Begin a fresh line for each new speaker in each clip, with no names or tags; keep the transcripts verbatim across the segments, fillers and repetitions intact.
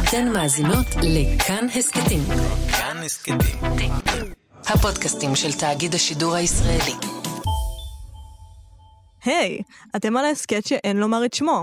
אתן מאזינות לכאן הסקטים.
כאן הסקטים.
הפודקאסטים של תאגיד השידור הישראלי.
היי, אתם על ההסקט שאין לומר את שמו.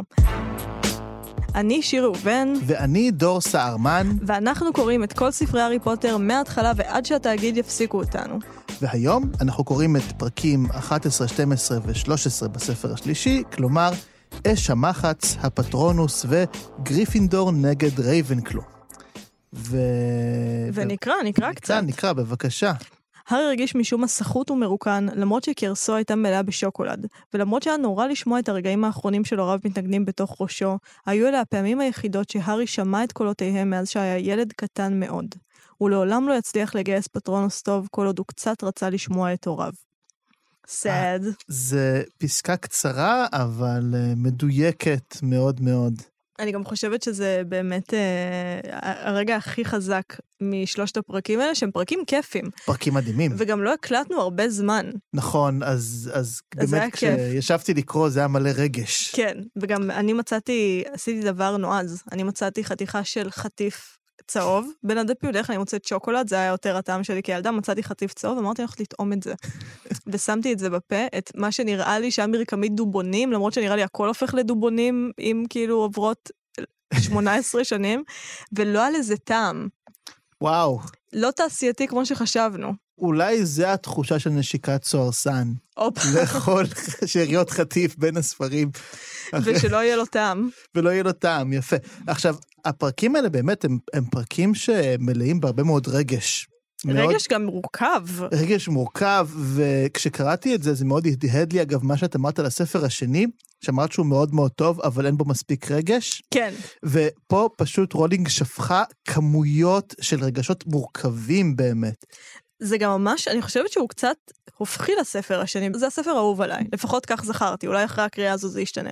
אני שיר ראובן.
ואני דור סערמן.
ואנחנו קוראים את כל ספרי הארי פוטר מההתחלה ועד שהתאגיד יפסיקו אותנו.
והיום אנחנו קוראים את פרקים אחת עשרה, שתים עשרה ו-שלוש עשרה בספר השלישי, כלומר, אש המחץ, הפטרונוס וגריפינדור נגד רייבנקלו. ו...
ונקרא, נקרא קצת.
נקרא, בבקשה.
הארי הרגיש משום מה סחוט ומרוקן, למרות שקרסו הייתה מלאה בשוקולד, ולמרות שהיה נורא לשמוע את הרגעים האחרונים של הוריו מתנגנים בתוך ראשו, היו אלה הפעמים היחידות שהארי שמע את קולותיהם מאז שהיה ילד קטן מאוד. הוא לעולם לא יצליח לגייס פטרונוס טוב כל עוד הוא קצת רצה לשמוע את הוריו. סד.
זה פסקה קצרה, אבל מדויקת מאוד מאוד.
אני גם חושבת שזה באמת אה, הרגע הכי חזק משלושת הפרקים האלה, שהם פרקים כיפים.
פרקים מדהימים.
וגם לא הקלטנו הרבה זמן.
נכון, אז, אז, אז באמת כשישבתי לקרוא זה היה מלא רגש.
כן, וגם אני מצאתי, עשיתי דבר נועז, אני מצאתי חתיכה של חטיף צהוב, בין הדפים בדרך אני מוצאת שוקולד, זה היה יותר הטעם שלי כילדה, מצאתי חטיף צהוב, אמרתי אני הולכת לטעום את זה. ושמתי את זה בפה, את מה שנראה לי שהיה מרקמית דובונים, למרות שנראה לי הכל הופך לדובונים, אם כאילו עוברות שמונה עשרה שנים, ולא על איזה טעם.
וואו.
לא תעשייתי כמו שחשבנו.
אולי זה התחושה של נשיקת סוהרסן.
אופ.
לאכול שאריות חטיף בין הספרים.
ושלא יהיה לו טעם.
ולא יהיה לו טעם, יפה. עכשיו, הפרקים האלה באמת הם, הם פרקים שמלאים בהרבה מאוד רגש.
רגש מאוד, גם מורכב.
רגש מורכב, וכשקראתי את זה, זה מאוד הדהד לי, אגב, מה שאת אמרת על הספר השני, שאמרת שהוא מאוד מאוד טוב, אבל אין בו מספיק רגש.
כן.
ופה פשוט רולינג שפכה כמויות של רגשות מורכבים באמת.
זה גם ממש, אני חושבת שהוא קצת הופכי לספר השני, זה הספר האהוב עליי, לפחות כך זכרתי, אולי אחרי הקריאה הזו זה ישתנה.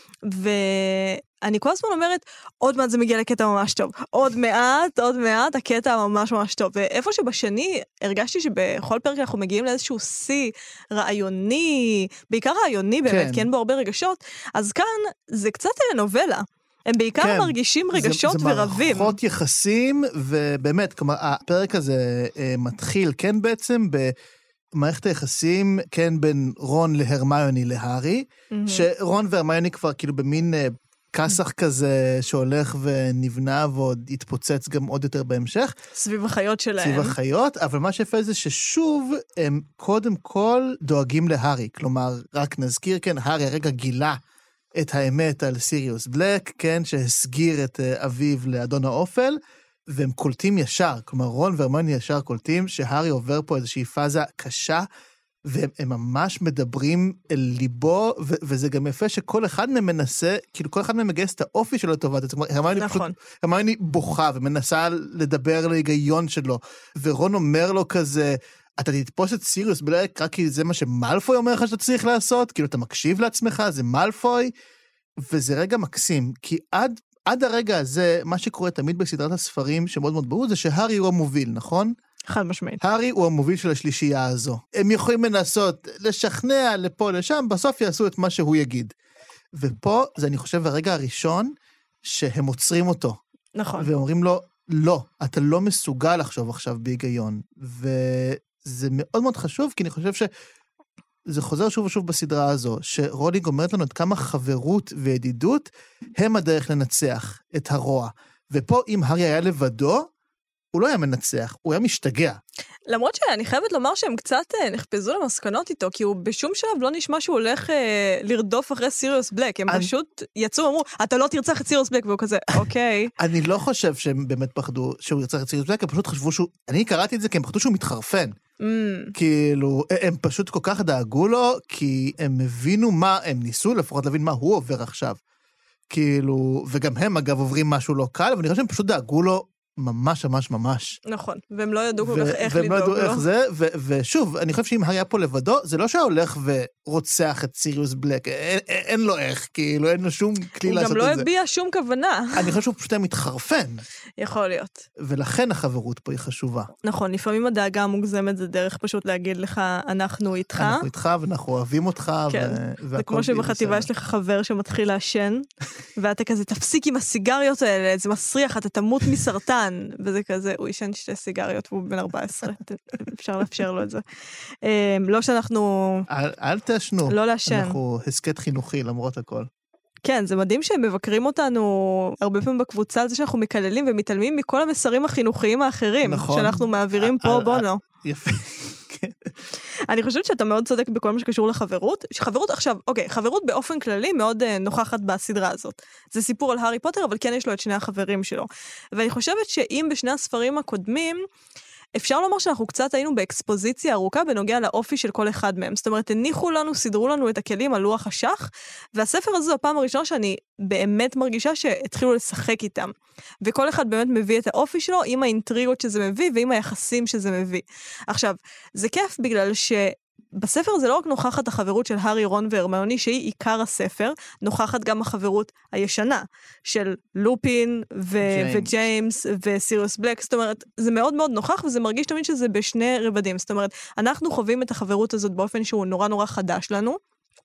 ואני כל הזמן אומרת, עוד מעט זה מגיע לקטע ממש טוב, עוד מעט, עוד מעט, הקטע ממש ממש טוב, ואיפה שבשני הרגשתי שבכל פרק אנחנו מגיעים לאיזשהו שיא רעיוני, בעיקר רעיוני באמת, כן, כי אין בו הרבה רגשות, אז כאן זה קצת נובלה. הם בעיקר כן, מרגישים רגשות
זה, זה
ורבים.
זה מערכות יחסים, ובאמת, כלומר, הפרק הזה אה, מתחיל, כן בעצם, במערכת היחסים, כן בין רון להרמיוני להארי, mm-hmm. שרון והרמיוני כבר כאילו במין אה, כסח כזה, שהולך ונבנה, ועוד יתפוצץ גם עוד יותר בהמשך.
סביב החיות שלהם.
סביב החיות, אבל מה שיפה זה ששוב, הם קודם כל דואגים להארי, כלומר, רק נזכיר, כן, הארי הרגע גילה, את האמת על סיריוס בלק, כן, שהסגיר את אביו לאדון האופל, והם קולטים ישר, כלומר רון והרמיוני ישר קולטים, שהארי עובר פה איזושהי פאזה קשה, והם ממש מדברים אל ליבו, ו- וזה גם יפה שכל אחד מהם מנסה, כאילו כל אחד מהם מגייס את האופי שלו לטובת, זאת אומרת, הרמיוני נכון. פשוט, הרמיוני בוכה, ומנסה לדבר להיגיון שלו, ורון אומר לו כזה, אתה תתפוס את סיריוס בלק רק כי זה מה שמלפוי אומר לך שאתה צריך לעשות, כאילו אתה מקשיב לעצמך, זה מלפוי, וזה רגע מקסים, כי עד, עד הרגע הזה, מה שקורה תמיד בסדרת הספרים שמאוד מאוד ברור, זה שהארי הוא המוביל, נכון?
חד משמעית.
הארי הוא המוביל של השלישייה הזו. הם יכולים לנסות לשכנע לפה לשם, בסוף יעשו את מה שהוא יגיד. ופה זה אני חושב הרגע הראשון שהם עוצרים אותו.
נכון.
ואומרים לו, לא, אתה לא מסוגל לחשוב עכשיו בהיגיון, ו... זה מאוד מאוד חשוב, כי אני חושב שזה חוזר שוב ושוב בסדרה הזו, שרולינג אומרת לנו את כמה חברות וידידות הם הדרך לנצח את הרוע. ופה אם הארי היה לבדו, הוא לא היה מנצח, הוא היה משתגע.
למרות שאני חייבת לומר שהם קצת נחפזו למסקנות איתו, כי הוא בשום שלב לא נשמע שהוא הולך אה, לרדוף אחרי סיריוס בלק, הם אני... פשוט יצאו ואמרו, אתה לא תרצח את סיריוס בלק, והוא כזה, אוקיי.
אני לא חושב שהם באמת פחדו שהוא ירצח את סיריוס בלק, הם פשוט חשבו שהוא, אני קראתי את זה כי הם פחדו שהוא מתחרפן. Mm. כאילו, הם פשוט כל כך דאגו לו, כי הם הבינו מה, הם ניסו לפחות להבין מה הוא עובר עכשיו. כאילו, וגם הם אגב עוברים משהו לא קל, אבל אני חושב שהם פשוט דאגו לו ממש ממש ממש.
נכון, והם לא ידעו כל כך איך
והם לא
לדאוג
ידעו
לו.
איך זה, ו- ושוב, אני חושב שאם היה פה לבדו, זה לא שהוא הולך ורוצח את סיריוס בלק, אין, אין לו איך, כאילו, אין לו שום כלי
הוא
לעשות
גם
את
לא
זה.
הביע שום כוונה.
אני חושב שהוא פשוט היה מתחרפן,
יכול להיות.
ולכן החברות פה היא חשובה.
נכון, לפעמים הדאגה המוגזמת זה דרך פשוט להגיד לך, אנחנו איתך.
אנחנו איתך ואנחנו אוהבים אותך,
כן.
ו-
זה
והכל
כמו שבחטיבה יש לך חבר שמתחיל לעשן, ואתה כזה, תפסיק עם הסיגריות האלה, זה מסריח, אתה תמות מסרטן, וזה כזה, הוא ישן שתי סיגריות, והוא בן ארבע עשרה, אפשר לאפשר לו את זה. לא שאנחנו...
אל, אל תשנו.
לא לעשן.
אנחנו הסקט חינוכי, למרות הכל.
כן, זה מדהים שהם מבקרים אותנו הרבה פעמים בקבוצה על זה שאנחנו מקללים ומתעלמים מכל המסרים החינוכיים האחרים,
נכון.
שאנחנו מעבירים פה בונו.
יפה.
אני חושבת שאתה מאוד צודק בכל מה שקשור לחברות. חברות עכשיו, אוקיי, חברות באופן כללי מאוד uh, נוכחת בסדרה הזאת. זה סיפור על הארי פוטר, אבל כן יש לו את שני החברים שלו. ואני חושבת שאם בשני הספרים הקודמים, אפשר לומר שאנחנו קצת היינו באקספוזיציה ארוכה בנוגע לאופי של כל אחד מהם. זאת אומרת, הניחו לנו, סידרו לנו את הכלים על לוח השח, והספר הזה זו הפעם הראשונה שאני באמת מרגישה שהתחילו לשחק איתם. וכל אחד באמת מביא את האופי שלו עם האינטריגות שזה מביא ועם היחסים שזה מביא. עכשיו, זה כיף בגלל ש... בספר הזה לא רק נוכחת החברות של הארי, רון והרמיוני, שהיא עיקר הספר, נוכחת גם החברות הישנה, של לופין ו- וג'יימס וסיריוס בלק, זאת אומרת, זה מאוד מאוד נוכח, וזה מרגיש תמיד שזה בשני רבדים, זאת אומרת, אנחנו חווים את החברות הזאת באופן שהוא נורא נורא חדש לנו,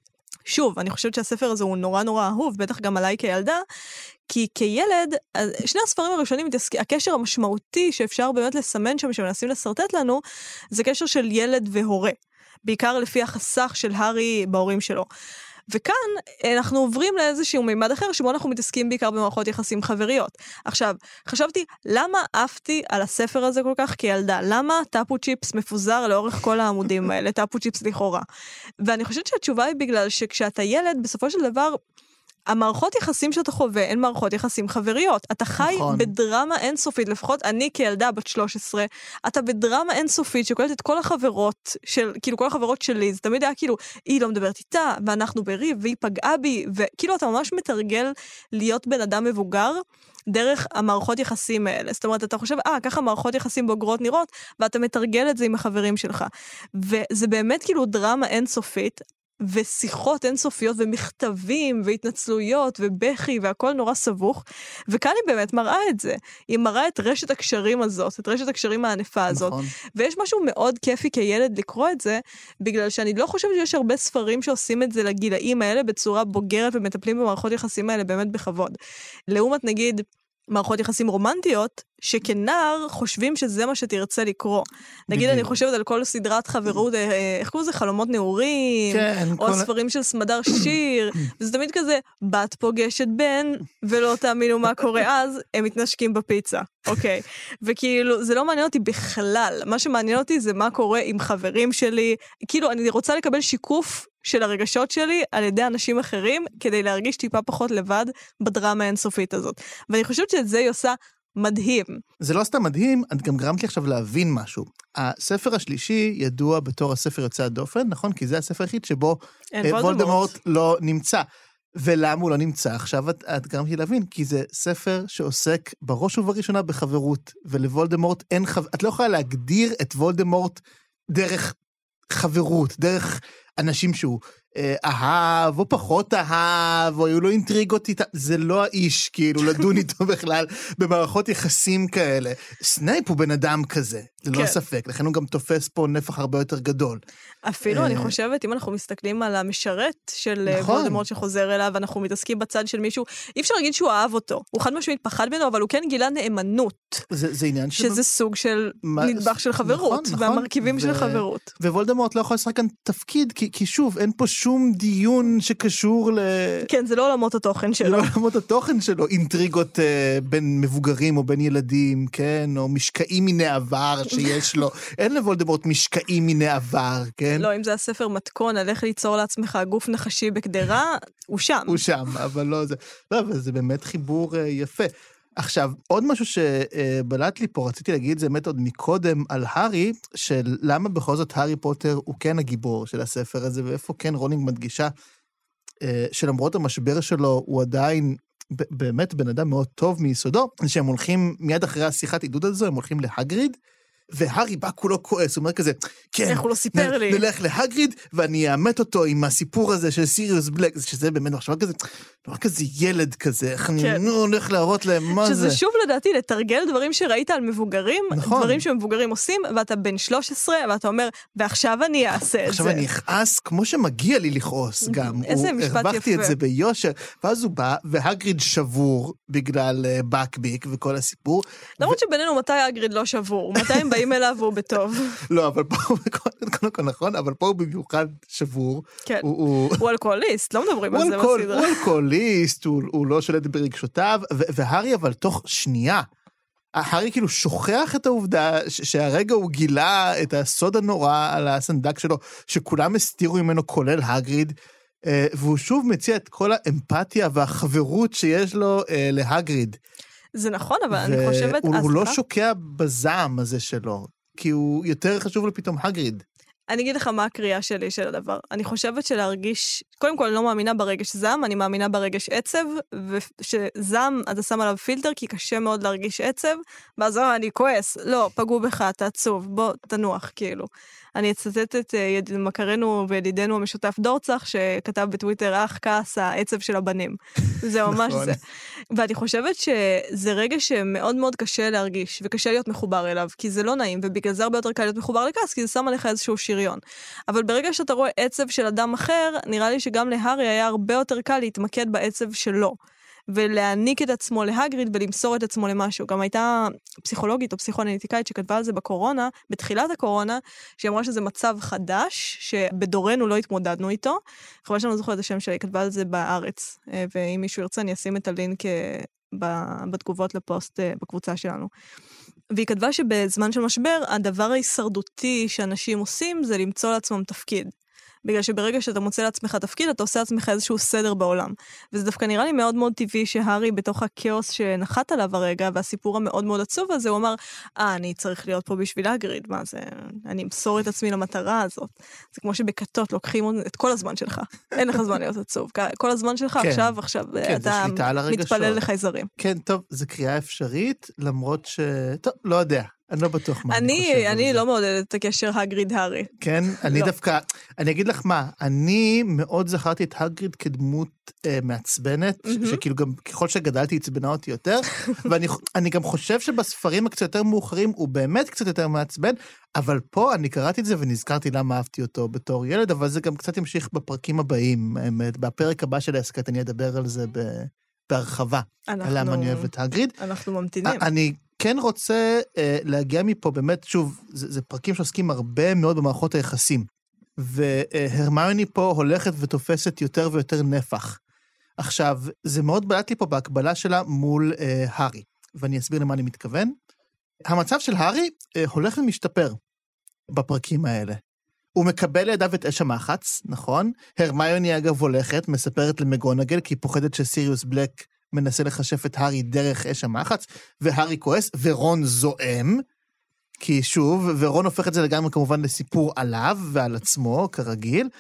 שוב, אני חושבת שהספר הזה הוא נורא נורא אהוב, בטח גם עליי כילדה, כי כילד, שני הספרים הראשונים, הקשר המשמעותי שאפשר באמת לסמן שם, שמנסים לסרטט לנו, זה קשר של ילד והורה. בעיקר לפי החסך של הארי בהורים שלו. וכאן אנחנו עוברים לאיזשהו מימד אחר, שבו אנחנו מתעסקים בעיקר במערכות יחסים חבריות. עכשיו, חשבתי, למה עפתי על הספר הזה כל כך כילדה? למה טאפו צ'יפס מפוזר לאורך כל העמודים האלה? טאפו צ'יפס לכאורה. ואני חושבת שהתשובה היא בגלל שכשאתה ילד, בסופו של דבר, המערכות יחסים שאתה חווה, הן מערכות יחסים חבריות. אתה חי נכון. בדרמה אינסופית, לפחות אני כילדה בת שלוש עשרה, אתה בדרמה אינסופית שכולת את כל החברות, של, כאילו כל החברות שלי, זה תמיד היה כאילו, היא לא מדברת איתה, ואנחנו בריב, והיא פגעה בי, וכאילו אתה ממש מתרגל להיות בן אדם מבוגר, דרך המערכות יחסים האלה. זאת אומרת, אתה חושב, אה, ככה מערכות יחסים בוגרות נראות, ואתה מתרגל את זה עם החברים שלך. וזה באמת כאילו דרמה אינסופית, ושיחות אינסופיות ומכתבים והתנצלויות ובכי והכל נורא סבוך, וכאן היא באמת מראה את זה. היא מראה את רשת הקשרים הזאת, את רשת הקשרים הענפה הזאת. נכון. ויש משהו מאוד כיפי כילד לקרוא את זה, בגלל שאני לא חושבת שיש הרבה ספרים שעושים את זה לגילאים האלה בצורה בוגרת ומטפלים במערכות יחסים האלה באמת בכבוד. לעומת נגיד מערכות יחסים רומנטיות, שכנער חושבים שזה מה שתרצה לקרוא. נגיד, אני חושבת על כל סדרת חברות, איך קוראים לזה? חלומות נעורים, או הספרים של סמדר שיר, וזה תמיד כזה, בת פוגשת בן, ולא תאמינו מה קורה אז, הם מתנשקים בפיצה. אוקיי. וכאילו, זה לא מעניין אותי בכלל. מה שמעניין אותי זה מה קורה עם חברים שלי. כאילו, אני רוצה לקבל שיקוף של הרגשות שלי על ידי אנשים אחרים, כדי להרגיש טיפה פחות לבד בדרמה האינסופית הזאת. ואני חושבת שאת זה היא עושה מדהים.
זה לא סתם מדהים, את גם גרמת לי עכשיו להבין משהו. הספר השלישי ידוע בתור הספר יוצא הדופן, נכון? כי זה הספר היחיד שבו וולדמורט לא נמצא. ולמה הוא לא נמצא? עכשיו את, את גרמת לי להבין, כי זה ספר שעוסק בראש ובראשונה בחברות, ולוולדמורט אין חבר... את לא יכולה להגדיר את וולדמורט דרך חברות, דרך אנשים שהוא אהב, או פחות אהב, או היו לו אינטריגות איתה, זה לא האיש, כאילו, לדון איתו בכלל, במערכות יחסים כאלה. סנייפ הוא בן אדם כזה, זה לא ספק, לכן הוא גם תופס פה נפח הרבה יותר גדול.
אפילו אני חושבת, אם אנחנו מסתכלים על המשרת של וולדמורט שחוזר אליו, ואנחנו מתעסקים בצד של מישהו, אי אפשר להגיד שהוא אהב אותו, הוא חד משמעית פחד ממנו, אבל הוא כן גילה נאמנות.
זה עניין של...
שזה סוג של נדבך של חברות, והמרכיבים של חברות.
ווולדמורט לא יכול לשחק כאן תפקיד, כי שוב, אין פה שום דיון שקשור ל...
כן, זה לא עולמות התוכן שלו.
זה לא עולמות התוכן שלו, אינטריגות uh, בין מבוגרים או בין ילדים, כן, או משקעים מן העבר שיש לו. אין לוולדמורט משקעים מן העבר, כן?
לא, אם זה הספר מתכון, על איך ליצור לעצמך גוף נחשי בקדרה, הוא שם.
הוא שם, אבל לא זה. לא, אבל זה באמת חיבור uh, יפה. עכשיו, עוד משהו שבלט לי פה, רציתי להגיד, זה באמת עוד מקודם על הארי, של למה בכל זאת הארי פוטר הוא כן הגיבור של הספר הזה, ואיפה כן רולינג מדגישה, שלמרות המשבר שלו, הוא עדיין באמת בן אדם מאוד טוב מיסודו, שהם הולכים, מיד אחרי השיחת עידוד הזו, הם הולכים להגריד, והארי בא כולו כועס, הוא אומר כזה, כן,
איך הוא לא סיפר לי?
נלך להגריד, ואני אאמת אותו עם הסיפור הזה של סיריוס בלק, שזה באמת מחשבה כזה, נורא כזה ילד כזה, איך אני הולך להראות להם מה זה.
שזה שוב לדעתי, לתרגל דברים שראית על מבוגרים, דברים שמבוגרים עושים, ואתה בן שלוש עשרה, ואתה אומר, ועכשיו אני אעשה את זה.
עכשיו אני אכעס, כמו שמגיע לי לכעוס גם.
איזה משפט יפה.
הרווחתי את זה ביושר, ואז הוא בא, והגריד שבור בגלל בקביק וכל הסיפור.
למרות שבינינו מתי הגריד לא שבור, מתי הם באים אליו והוא בטוב.
לא, אבל פה הוא נכון, אבל פה הוא במיוחד שבור.
כן, הוא אלכוהוליסט, לא מדברים על זה בסדרה.
הוא אלכוהוליסט, הוא לא שולט ברגשותיו, והארי אבל תוך שנייה, הארי כאילו שוכח את העובדה שהרגע הוא גילה את הסוד הנורא על הסנדק שלו, שכולם הסתירו ממנו כולל הגריד, והוא שוב מציע את כל האמפתיה והחברות שיש לו להגריד.
זה נכון, אבל אני חושבת...
והוא לא שוקע בזעם הזה שלו, כי הוא יותר חשוב לו פתאום הגריד.
אני אגיד לך מה הקריאה שלי של הדבר. אני חושבת שלהרגיש, קודם כל אני לא מאמינה ברגש זעם, אני מאמינה ברגש עצב, ושזעם אתה שם עליו פילטר, כי קשה מאוד להרגיש עצב, ואז אני כועס, לא, פגעו בך, אתה עצוב, בוא תנוח, כאילו. אני אצטט את יד... מכרנו וידידנו המשותף דורצח, שכתב בטוויטר, אך כעס העצב של הבנים. זה ממש זה. ואני חושבת שזה רגע שמאוד מאוד קשה להרגיש, וקשה להיות מחובר אליו, כי זה לא נעים, ובגלל זה הרבה יותר קל להיות מחובר לכעס, כי זה שם עליך איזשהו שריון. אבל ברגע שאתה רואה עצב של אדם אחר, נראה לי שגם להארי היה הרבה יותר קל להתמקד בעצב שלו. ולהעניק את עצמו להגריד ולמסור את עצמו למשהו. גם הייתה פסיכולוגית או פסיכואנליטיקאית שכתבה על זה בקורונה, בתחילת הקורונה, שהיא אמרה שזה מצב חדש, שבדורנו לא התמודדנו איתו. חבל שאני לא זוכרת את השם שלה, היא כתבה על זה בארץ, ואם מישהו ירצה אני אשים את הלינק בתגובות לפוסט בקבוצה שלנו. והיא כתבה שבזמן של משבר, הדבר ההישרדותי שאנשים עושים זה למצוא לעצמם תפקיד. בגלל שברגע שאתה מוצא לעצמך תפקיד, אתה עושה לעצמך איזשהו סדר בעולם. וזה דווקא נראה לי מאוד מאוד טבעי שהארי בתוך הכאוס שנחת עליו הרגע, והסיפור המאוד מאוד עצוב הזה, הוא אמר, אה, אני צריך להיות פה בשביל הגריד, מה זה, אני אמסור את עצמי למטרה הזאת. זה כמו שבכתות לוקחים את כל הזמן שלך. אין לך זמן להיות עצוב. כל הזמן שלך
כן,
עכשיו, עכשיו,
כן,
אתה מתפלל לחייזרים.
כן, טוב, זו קריאה אפשרית, למרות ש... טוב, לא יודע. אני לא בטוח מה אני חושב.
אני, אני לא מעודדת את הקשר הגריד-הארי.
כן, אני דווקא, אני אגיד לך מה, אני מאוד זכרתי את הגריד כדמות אה, מעצבנת, שכאילו גם ככל שגדלתי הצבנה אותי יותר, ואני אני גם חושב שבספרים הקצת יותר מאוחרים הוא באמת קצת יותר מעצבן, אבל פה אני קראתי את זה ונזכרתי למה אהבתי אותו בתור ילד, אבל זה גם קצת ימשיך בפרקים הבאים, האמת, בפרק הבא של ההסכת אני אדבר על זה ב, בהרחבה, אנחנו, על למה אני אוהב את הגריד.
אנחנו ממתינים.
אני כן רוצה אה, להגיע מפה, באמת, שוב, זה, זה פרקים שעוסקים הרבה מאוד במערכות היחסים, והרמיוני פה הולכת ותופסת יותר ויותר נפח. עכשיו, זה מאוד בלט לי פה בהקבלה שלה מול אה, הארי, ואני אסביר למה אני מתכוון. המצב של הארי אה, הולך ומשתפר בפרקים האלה. הוא מקבל לידיו את אש המחץ, נכון? הרמיוני אגב הולכת, מספרת למגונגל, כי היא פוחדת שסיריוס בלק מנסה לחשף את הארי דרך אש המחץ, והארי כועס, ורון זועם, כי שוב, ורון הופך את זה לגמרי כמובן לסיפור עליו ועל עצמו, כרגיל,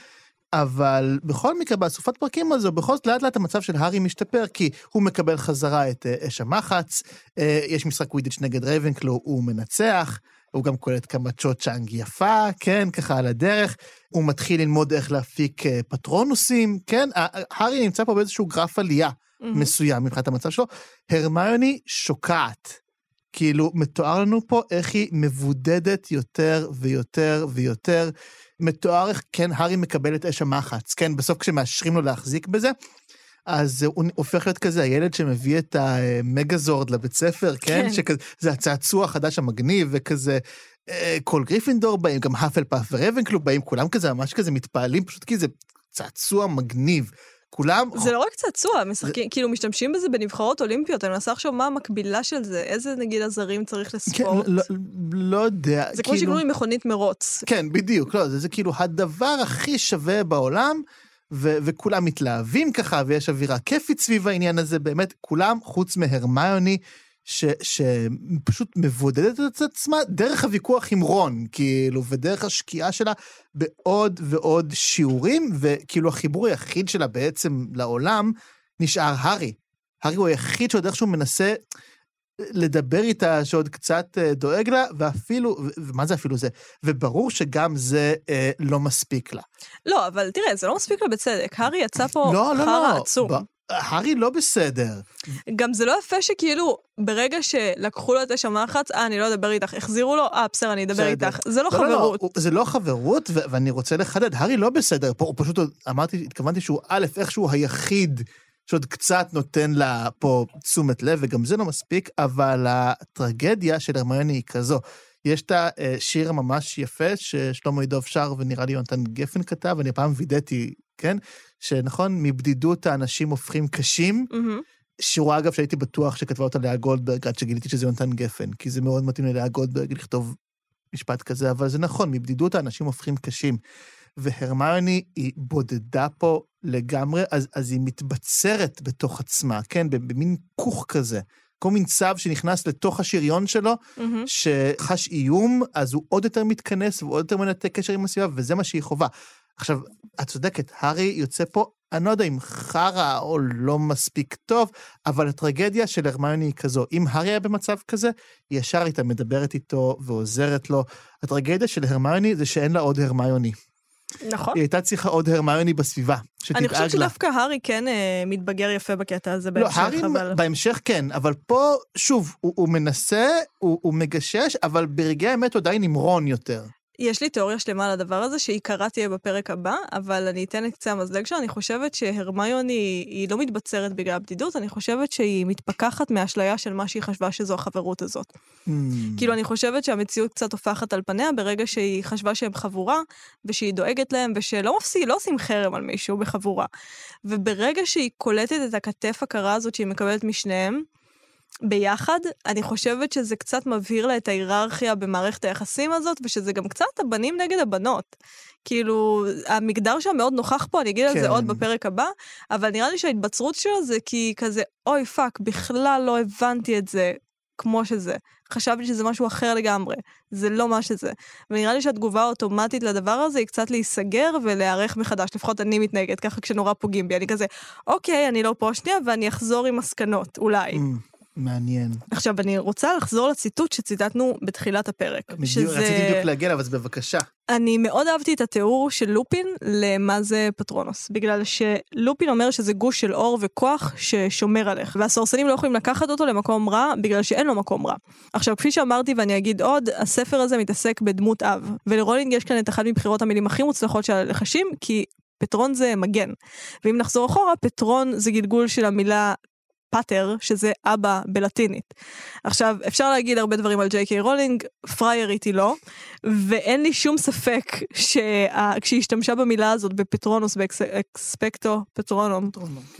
אבל בכל מקרה, באסופת פרקים הזו, בכל זאת לאט לאט המצב של הארי משתפר, כי הוא מקבל חזרה את אש המחץ, יש משחק ווידיץ' נגד רייבנקלו, הוא מנצח, הוא גם קולט כמה צ'ו-צ'אנג יפה, כן, ככה על הדרך, הוא מתחיל ללמוד איך להפיק פטרונוסים, כן, הארי נמצא פה באיזשהו גרף עלייה, מסוים מבחינת המצב שלו, הרמיוני שוקעת, כאילו מתואר לנו פה איך היא מבודדת יותר ויותר ויותר, מתואר איך כן הארי מקבל את אש המחץ, כן, בסוף כשמאשרים לו להחזיק בזה, אז הוא הופך להיות כזה הילד שמביא את המגזורד לבית ספר, כן, כן. שכזה, זה הצעצוע החדש המגניב, וכזה כל גריפינדור באים, גם האפלפאף ורייבנקלו באים, כולם כזה ממש כזה מתפעלים, פשוט כי זה צעצוע מגניב, כולם...
זה לא רק צעצוע, משחקים, זה... כאילו משתמשים בזה בנבחרות אולימפיות, אני מנסה עכשיו מה המקבילה של זה, איזה נגיד הזרים צריך לספורט.
כן, לא, לא יודע.
זה כאילו... כמו שקוראים מכונית מרוץ.
כן, בדיוק, לא, זה, זה כאילו הדבר הכי שווה בעולם, ו- וכולם מתלהבים ככה, ויש אווירה כיפית סביב העניין הזה, באמת, כולם חוץ מהרמיוני, ש- שפשוט מבודדת את עצמה דרך הוויכוח עם רון, כאילו, ודרך השקיעה שלה בעוד ועוד שיעורים, וכאילו החיבור היחיד שלה בעצם לעולם נשאר הארי. הארי הוא היחיד שעוד איכשהו מנסה לדבר איתה, שעוד קצת דואג לה, ואפילו, ומה זה אפילו זה? וברור שגם זה אה, לא מספיק לה.
לא, אבל תראה, זה לא מספיק לה בצדק. הארי יצא פה
לא, לא,
חרא
לא.
עצום.
ב... הארי לא בסדר.
גם זה לא יפה שכאילו, ברגע שלקחו לו את השמה אחת, אה, אני לא אדבר איתך, החזירו לו, אה, בסדר, אני אדבר איתך. זה לא חברות.
זה לא חברות, ואני רוצה לחדד, הארי לא בסדר. פה הוא פשוט, אמרתי, התכוונתי שהוא א', איכשהו היחיד שעוד קצת נותן לה פה תשומת לב, וגם זה לא מספיק, אבל הטרגדיה של הרמיוני היא כזו. יש את השיר ממש יפה, ששלמה ידוב שר, ונראה לי יונתן גפן כתב, אני פעם וידאתי, כן? שנכון, מבדידות האנשים הופכים קשים, שירו אגב שהייתי בטוח שכתבה אותה לאה גולדברג, עד שגיליתי שזה יונתן גפן, כי זה מאוד מתאים ללאה גולדברג לכתוב משפט כזה, אבל זה נכון, מבדידות האנשים הופכים קשים, והרמיוני היא בודדה פה לגמרי, אז, אז היא מתבצרת בתוך עצמה, כן? במין כוך כזה, כל מין צו שנכנס לתוך השריון שלו, mm-hmm. שחש איום, אז הוא עוד יותר מתכנס, ועוד יותר מנתק קשר עם הסביבה, וזה מה שהיא חובה. עכשיו, את צודקת, הארי יוצא פה, אני לא יודע אם חרה או לא מספיק טוב, אבל הטרגדיה של הרמיוני היא כזו, אם הארי היה במצב כזה, היא ישר איתה מדברת איתו ועוזרת לו. הטרגדיה של הרמיוני זה שאין לה עוד הרמיוני.
נכון.
היא הייתה צריכה עוד הרמיוני בסביבה, שתדאג לה.
אני חושבת שדווקא הארי כן אה, מתבגר יפה בקטע הזה בהמשך.
לא, הארי
אבל...
בהמשך כן, אבל פה, שוב, הוא, הוא מנסה, הוא, הוא מגשש, אבל ברגעי האמת הוא עדיין נמרון יותר.
יש לי תיאוריה שלמה לדבר הזה, שהיא קרה תהיה בפרק הבא, אבל אני אתן את קצה המזלג שלה, אני חושבת שהרמיוני היא לא מתבצרת בגלל הבדידות, אני חושבת שהיא מתפקחת מהאשליה של מה שהיא חשבה שזו החברות הזאת. Mm. כאילו, אני חושבת שהמציאות קצת הופכת על פניה, ברגע שהיא חשבה שהם חבורה, ושהיא דואגת להם, ושלא מפסיק, לא עושים חרם על מישהו בחבורה. וברגע שהיא קולטת את הכתף הקרה הזאת שהיא מקבלת משניהם, ביחד, אני חושבת שזה קצת מבהיר לה את ההיררכיה במערכת היחסים הזאת, ושזה גם קצת הבנים נגד הבנות. כאילו, המגדר שם מאוד נוכח פה, אני אגיד כן. על זה עוד בפרק הבא, אבל נראה לי שההתבצרות שלו זה כי כזה, אוי פאק, בכלל לא הבנתי את זה כמו שזה. חשבתי שזה משהו אחר לגמרי. זה לא מה שזה. ונראה לי שהתגובה האוטומטית לדבר הזה היא קצת להיסגר ולהערך מחדש. לפחות אני מתנגד, ככה כשנורא פוגעים בי. אני כזה, אוקיי, אני לא פה שנייה, ואני אחזור עם מסקנות, אולי.
מעניין.
עכשיו, אני רוצה לחזור לציטוט שציטטנו בתחילת הפרק.
שזה... רציתי בדיוק להגיע לה, אז בבקשה.
אני מאוד אהבתי את התיאור של לופין למה זה פטרונוס, בגלל שלופין אומר שזה גוש של אור וכוח ששומר עליך, והסורסנים לא יכולים לקחת אותו למקום רע, בגלל שאין לו מקום רע. עכשיו, כפי שאמרתי, ואני אגיד עוד, הספר הזה מתעסק בדמות אב, ולרולינג יש כאן את אחת מבחירות המילים הכי מוצלחות של הלחשים, כי פטרון זה מגן. ואם נחזור אחורה, פטרון זה גלגול של המילה פאטר, שזה אבא בלטינית. עכשיו, אפשר להגיד הרבה דברים על ג'יי קיי רולינג, פרייר איתי לא, ואין לי שום ספק שכשהיא השתמשה במילה הזאת בפטרונוס, באקספקטו פטרונום,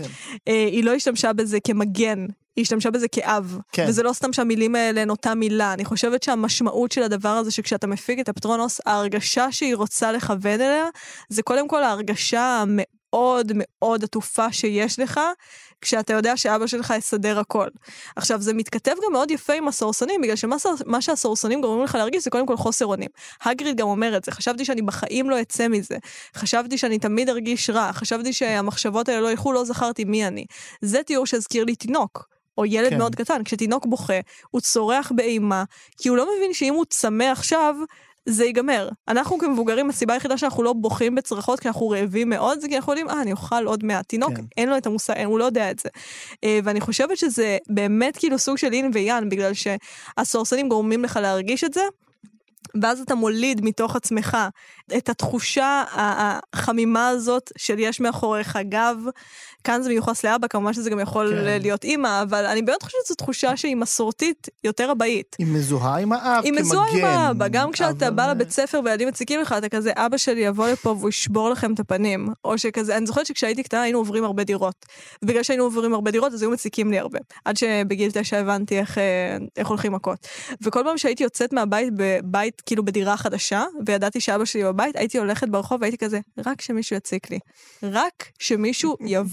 היא לא השתמשה בזה כמגן, היא השתמשה בזה כאב, כן. וזה לא סתם שהמילים האלה הן אותה מילה, אני חושבת שהמשמעות של הדבר הזה, שכשאתה מפיק את הפטרונוס, ההרגשה שהיא רוצה לכוון אליה, זה קודם כל ההרגשה המאוד מאוד עטופה שיש לך, כשאתה יודע שאבא שלך יסדר הכל. עכשיו, זה מתכתב גם מאוד יפה עם הסורסונים, בגלל שמה שהסורסונים גורמים לך להרגיש, זה קודם כל חוסר אונים. הגריד גם אומר את זה, חשבתי שאני בחיים לא אצא מזה, חשבתי שאני תמיד ארגיש רע, חשבתי שהמחשבות האלה לא ילכו, לא זכרתי מי אני. זה תיאור שהזכיר לי תינוק, או ילד כן. מאוד קטן, כשתינוק בוכה, הוא צורח באימה, כי הוא לא מבין שאם הוא צמא עכשיו, זה ייגמר. אנחנו כמבוגרים, הסיבה היחידה שאנחנו לא בוכים בצרחות, כי אנחנו רעבים מאוד, זה כי אנחנו יודעים, אה, אני אוכל עוד מעט. תינוק, כן. אין לו את המושג, הוא לא יודע את זה. ואני חושבת שזה באמת כאילו סוג של אין ויאן, בגלל שהסורסנים גורמים לך להרגיש את זה, ואז אתה מוליד מתוך עצמך את התחושה החמימה הזאת של יש מאחוריך גב, כאן זה מיוחס לאבא, כמובן שזה גם יכול כן. להיות אימא, אבל אני באמת חושבת שזו תחושה שהיא מסורתית יותר הבאית.
היא מזוהה עם האב
היא
כמגן.
היא מזוהה עם האבא, גם כשאתה
אבל...
בא לבית ספר וילדים מציקים לך, אתה כזה, אבא שלי יבוא לפה והוא ישבור לכם את הפנים, או שכזה, אני זוכרת שכשהייתי קטנה היינו עוברים הרבה דירות, ובגלל שהיינו עוברים הרבה דירות, אז היו מציקים לי הרבה, עד שבגיל תשע הבנתי איך, איך הולכים מכות. וכל פעם שהייתי יוצאת מהבית בבית, כאילו בדירה חדשה, וידעתי שאבא שלי בבית, הייתי הולכת ברחוב והייתי כזה, רק שמישהו יציק לי. רק שמישהו יבוא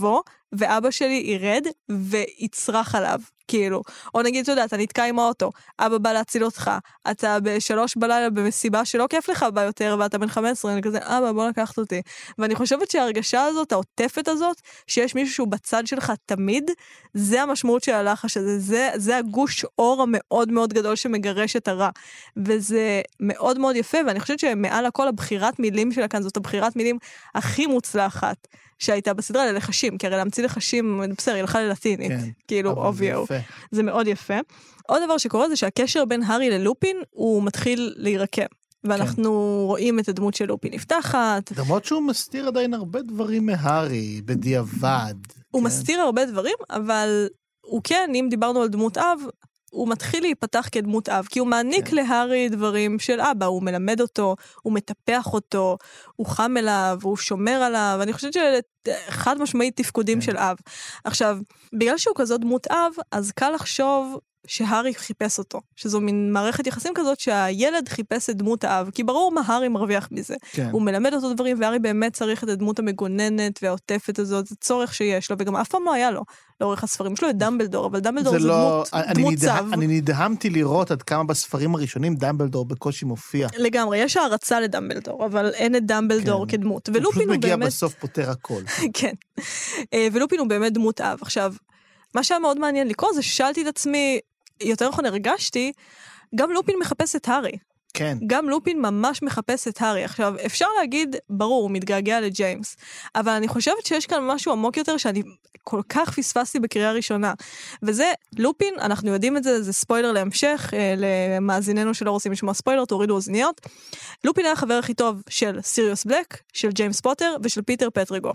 ואבא שלי ירד ויצרח עליו, כאילו. או נגיד, אתה יודע, אתה נתקע עם האוטו, אבא בא להציל אותך, אתה בשלוש בלילה במסיבה שלא כיף לך בה יותר, ואתה בן חמש עשרה, אני כזה, אבא, בוא לקחת אותי. ואני חושבת שההרגשה הזאת, העוטפת הזאת, שיש מישהו שהוא בצד שלך תמיד, זה המשמעות של הלחש הזה, זה, זה הגוש אור המאוד מאוד גדול שמגרש את הרע. וזה מאוד מאוד יפה, ואני חושבת שמעל הכל הבחירת מילים שלה כאן, זאת הבחירת מילים הכי מוצלחת שהייתה בסדרה ללחשים, כי הרי להמציא לחשים, בסדר, היא הלכה ללטינית, כן, כאילו אוביו. זה, זה מאוד יפה. עוד דבר שקורה זה שהקשר בין הארי ללופין, הוא מתחיל להירקם. ואנחנו כן. רואים את הדמות של לופין נפתחת. דמות
שהוא מסתיר עדיין הרבה דברים מהארי, בדיעבד.
הוא
כן.
מסתיר הרבה דברים, אבל הוא כן, אם דיברנו על דמות אב, הוא מתחיל להיפתח כדמות אב, כי הוא מעניק כן. להארי דברים של אבא, הוא מלמד אותו, הוא מטפח אותו, הוא חם אליו, הוא שומר עליו, אני חושבת שחד משמעית תפקודים כן. של אב. עכשיו, בגלל שהוא כזאת דמות אב, אז קל לחשוב שהארי חיפש אותו, שזו מין מערכת יחסים כזאת שהילד חיפש את דמות האב, כי ברור מה הארי מרוויח מזה. כן. הוא מלמד אותו דברים, והארי באמת צריך את הדמות המגוננת והעוטפת הזאת, זה צורך שיש לו, וגם אף פעם לא היה לו, לאורך הספרים שלו, את דמבלדור, אבל דמבלדור זה, זה לא, דמות, אני דמות נדה, צו. אני
נדהמתי לראות עד כמה בספרים הראשונים דמבלדור בקושי מופיע.
לגמרי, יש הערצה לדמבלדור, אבל אין את דמבלדור כן. כדמות.
הוא פשוט מגיע באמת... בסוף פותר הכל.
כן. ולופין הוא באמת דמות אב. עכשיו, מה שהיה מאוד מעניין לקרוא זה ששאלתי את עצמי, יותר נכון הרגשתי, גם לופין מחפש את הארי.
כן.
גם לופין ממש מחפש את הארי. עכשיו, אפשר להגיד, ברור, הוא מתגעגע לג'יימס, אבל אני חושבת שיש כאן משהו עמוק יותר שאני כל כך פספסתי בקריאה ראשונה. וזה, לופין, אנחנו יודעים את זה, זה ספוילר להמשך, למאזיננו שלא רוצים לשמוע ספוילר, תורידו אוזניות. לופין היה החבר הכי טוב של סיריוס בלק, של ג'יימס פוטר ושל פיטר פטריגו.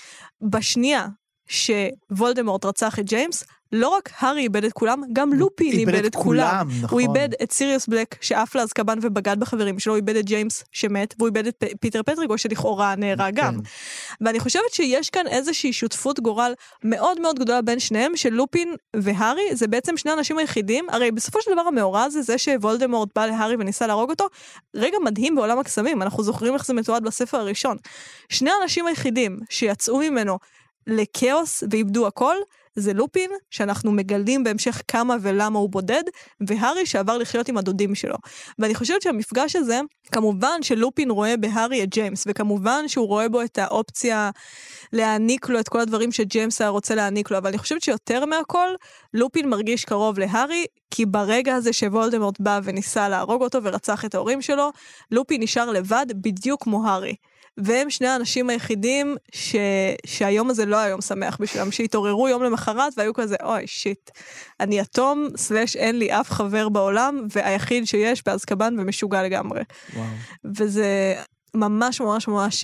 בשנייה שוולדמורט רצח את ג'יימס, לא רק הארי איבד את כולם, גם לופין איבד את כולם.
נכון.
הוא איבד את סיריוס בלק, שאף לאזקבאן ובגד בחברים שלו, הוא איבד את ג'יימס שמת, והוא איבד את פיטר פטריגו, שלכאורה נהרג גם. ואני חושבת שיש כאן איזושהי שותפות גורל מאוד מאוד גדולה בין שניהם, של לופין והארי, זה בעצם שני האנשים היחידים, הרי בסופו של דבר המאורע הזה, זה שוולדמורט בא להארי וניסה להרוג אותו, רגע מדהים בעולם הקסמים, אנחנו זוכרים איך זה מתועד בספר הראשון. שני האנשים היחידים שיצאו ממנו לקאוס ואיבדו הכל, זה לופין, שאנחנו מגלים בהמשך כמה ולמה הוא בודד, והארי שעבר לחיות עם הדודים שלו. ואני חושבת שהמפגש הזה, כמובן שלופין רואה בהארי את ג'יימס, וכמובן שהוא רואה בו את האופציה להעניק לו את כל הדברים שג'יימס היה רוצה להעניק לו, אבל אני חושבת שיותר מהכל, לופין מרגיש קרוב להארי, כי ברגע הזה שוולדמורט בא וניסה להרוג אותו ורצח את ההורים שלו, לופין נשאר לבד בדיוק כמו הארי. והם שני האנשים היחידים ש... שהיום הזה לא היום שמח בשבילם, שהתעוררו יום למחרת והיו כזה, אוי, שיט, אני אטום, סלש אין לי אף חבר בעולם, והיחיד שיש באזקבאן ומשוגע לגמרי. וואו. וזה ממש ממש ממש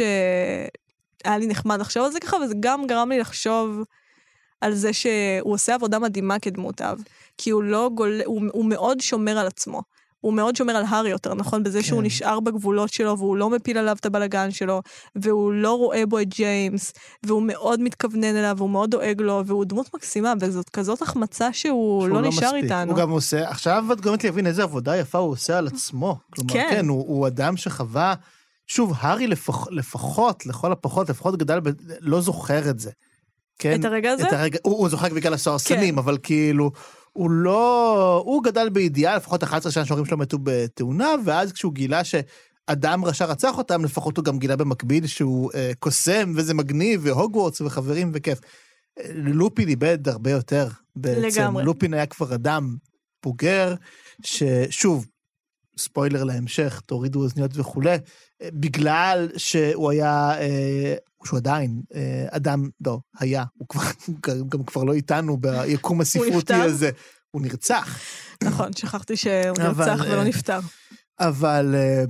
היה לי נחמד לחשוב על זה ככה, וזה גם גרם לי לחשוב על זה שהוא עושה עבודה מדהימה כדמות אב, כי הוא לא גול... הוא, הוא מאוד שומר על עצמו. הוא מאוד שומר על הארי יותר, נכון? בזה כן. שהוא נשאר בגבולות שלו, והוא לא מפיל עליו את הבלגן שלו, והוא לא רואה בו את ג'יימס, והוא מאוד מתכוונן אליו, והוא מאוד דואג לו, והוא דמות מקסימה, וזאת כזאת החמצה שהוא לא, לא נשאר מספיק. איתנו.
הוא גם עושה, עכשיו את גורמת להבין איזה עבודה יפה הוא עושה על עצמו. כלומר, כן, כן הוא, הוא אדם שחווה, שוב, הארי לפח, לפחות, לכל הפחות, לפחות גדל, ב, לא זוכר את זה. כן?
את הרגע הזה?
את הרגע, הוא, הוא זוכר בגלל הסוהרסנים, כן. אבל כאילו... הוא לא, הוא גדל בידיעה, לפחות אחת עשרה שנה שההורים שלו מתו בתאונה, ואז כשהוא גילה שאדם רשע רצח אותם, לפחות הוא גם גילה במקביל שהוא אה, קוסם, וזה מגניב, והוגוורטס וחברים וכיף. לופין איבד הרבה יותר בעצם. לגמרי. לופין היה כבר אדם בוגר, ששוב, ספוילר להמשך, תורידו אוזניות וכו', בגלל שהוא היה, אה, שהוא עדיין אה, אדם, לא, היה, הוא כבר, הוא גם כבר לא איתנו ביקום הספרותי הזה, הוא נרצח.
נכון, שכחתי שהוא נרצח ולא נפטר.
אבל אה,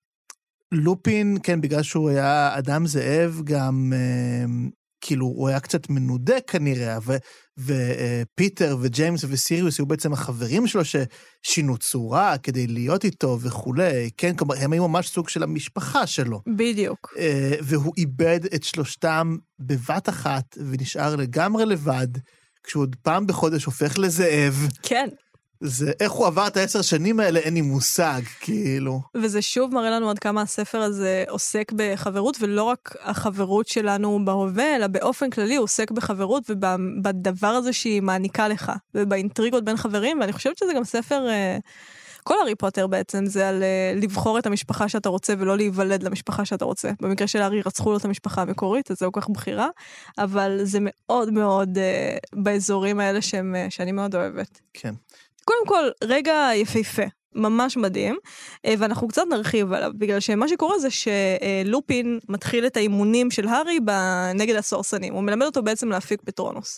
לופין, כן, בגלל שהוא היה אדם זאב, גם אה, כאילו הוא היה קצת מנודה כנראה, ו, ופיטר וג'יימס וסיריוס היו בעצם החברים שלו ששינו צורה כדי להיות איתו וכולי, כן, כלומר, הם היו ממש סוג של המשפחה שלו.
בדיוק.
והוא איבד את שלושתם בבת אחת, ונשאר לגמרי לבד, כשהוא עוד פעם בחודש הופך לזאב.
כן.
זה, איך הוא עבר את העשר שנים האלה, אין לי מושג, כאילו.
וזה שוב מראה לנו עד כמה הספר הזה עוסק בחברות, ולא רק החברות שלנו בהווה, אלא באופן כללי הוא עוסק בחברות, ובדבר הזה שהיא מעניקה לך, ובאינטריגות בין חברים, ואני חושבת שזה גם ספר, כל הארי פוטר בעצם, זה על לבחור את המשפחה שאתה רוצה, ולא להיוולד למשפחה שאתה רוצה. במקרה של הארי רצחו לו את המשפחה המקורית, אז זה כל כך בחירה, אבל זה מאוד מאוד באזורים האלה שהם, שאני מאוד אוהבת.
כן.
קודם כל, רגע יפהפה, ממש מדהים, ואנחנו קצת נרחיב עליו, בגלל שמה שקורה זה שלופין מתחיל את האימונים של הארי נגד הסורסנים, הוא מלמד אותו בעצם להפיק פטרונוס,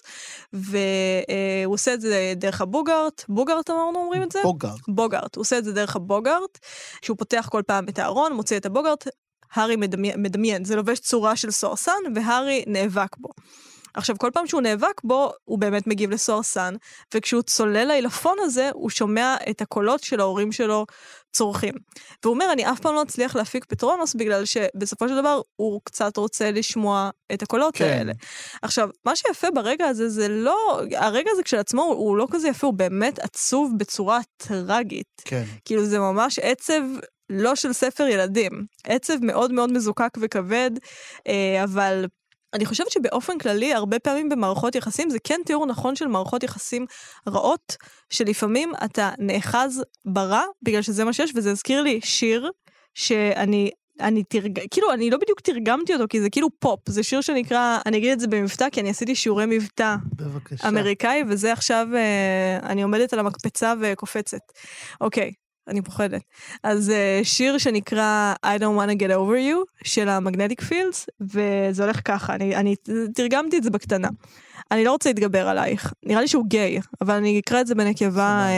והוא עושה את זה דרך הבוגארט, בוגארט אמרנו אומרים את זה?
בוגארט.
בוגארט, הוא עושה את זה דרך הבוגארט, שהוא פותח כל פעם את הארון, מוציא את הבוגארט, הארי מדמיין, מדמיין, זה לובש צורה של סורסן, והארי נאבק בו. עכשיו, כל פעם שהוא נאבק בו, הוא באמת מגיב לסוהרסן, וכשהוא צולל לאילפון הזה, הוא שומע את הקולות של ההורים שלו צורכים. והוא אומר, אני אף פעם לא אצליח להפיק פטרונוס, בגלל שבסופו של דבר, הוא קצת רוצה לשמוע את הקולות כן. האלה. עכשיו, מה שיפה ברגע הזה, זה לא, הרגע הזה כשלעצמו, הוא לא כזה יפה, הוא באמת עצוב בצורה טרגית.
כן.
כאילו, זה ממש עצב לא של ספר ילדים. עצב מאוד מאוד מזוקק וכבד, אבל אני חושבת שבאופן כללי, הרבה פעמים במערכות יחסים, זה כן תיאור נכון של מערכות יחסים רעות, שלפעמים אתה נאחז ברע, בגלל שזה מה שיש, וזה הזכיר לי שיר, שאני, אני תרג... כאילו, אני לא בדיוק תרגמתי אותו, כי זה כאילו פופ, זה שיר שנקרא, אני אגיד את זה במבטא, כי אני עשיתי שיעורי מבטא
בבקשה.
אמריקאי, וזה עכשיו, אני עומדת על המקפצה וקופצת. אוקיי. אני פוחדת. אז uh, שיר שנקרא I don't want to get over you, של המגנטיק פילדס, וזה הולך ככה, אני, אני תרגמתי את זה בקטנה. אני לא רוצה להתגבר עלייך. נראה לי שהוא גיי, אבל אני אקרא את זה בנקבה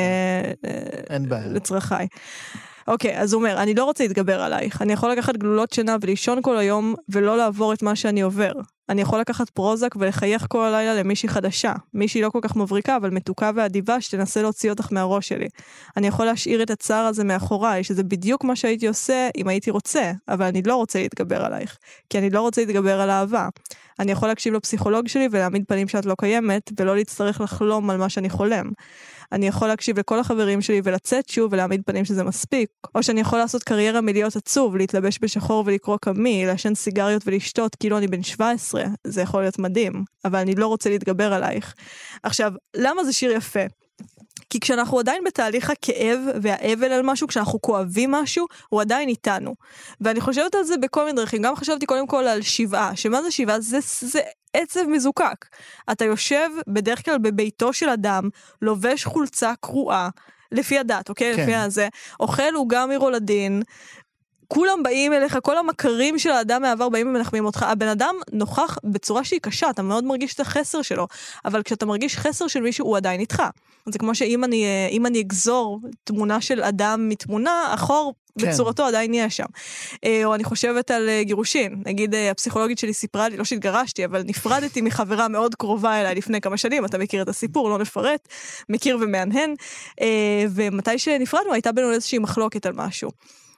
לצרכיי. אוקיי, אז הוא אומר, אני לא רוצה להתגבר עלייך. אני יכול לקחת גלולות שינה ולישון כל היום, ולא לעבור את מה שאני עובר. אני יכול לקחת פרוזק ולחייך כל הלילה למישהי חדשה. מישהי לא כל כך מבריקה, אבל מתוקה ואדיבה, שתנסה להוציא אותך מהראש שלי. אני יכול להשאיר את הצער הזה מאחוריי, שזה בדיוק מה שהייתי עושה אם הייתי רוצה, אבל אני לא רוצה להתגבר עלייך. כי אני לא רוצה להתגבר על אהבה. אני יכול להקשיב לפסיכולוג שלי ולהעמיד פנים שאת לא קיימת, ולא להצטרך לחלום על מה שאני חולם. אני יכול להקשיב לכל החברים שלי ולצאת שוב ולהעמיד פנים שזה מספיק. או שאני יכול לעשות קריירה מלהיות עצוב, להתלבש בשחור ולקרוא קמי, לעשן סיגריות ולשתות כאילו אני בן שבע עשרה. זה יכול להיות מדהים, אבל אני לא רוצה להתגבר עלייך. עכשיו, למה זה שיר יפה? כי כשאנחנו עדיין בתהליך הכאב והאבל על משהו, כשאנחנו כואבים משהו, הוא עדיין איתנו. ואני חושבת על זה בכל מיני דרכים. גם חשבתי קודם כל על שבעה. שמה זה שבעה? זה, זה עצב מזוקק. אתה יושב בדרך כלל בביתו של אדם, לובש חולצה קרועה, לפי הדת, אוקיי? כן. לפי הזה. אוכל הוא גם מרולדין, כולם באים אליך, כל המכרים של האדם מהעבר באים ומנחמים אותך. הבן אדם נוכח בצורה שהיא קשה, אתה מאוד מרגיש את החסר שלו, אבל כשאתה מרגיש חסר של מישהו, הוא עדיין איתך. זה כמו שאם אני, אם אני אגזור תמונה של אדם מתמונה, אחור כן. בצורתו עדיין נהיה שם. או אני חושבת על גירושין. נגיד, הפסיכולוגית שלי סיפרה לי, לא שהתגרשתי, אבל נפרדתי מחברה מאוד קרובה אליי לפני כמה שנים, אתה מכיר את הסיפור, לא נפרט, מכיר ומענהן, ומתי שנפרדנו, הייתה בינינו איזושהי מחלוקת על משהו.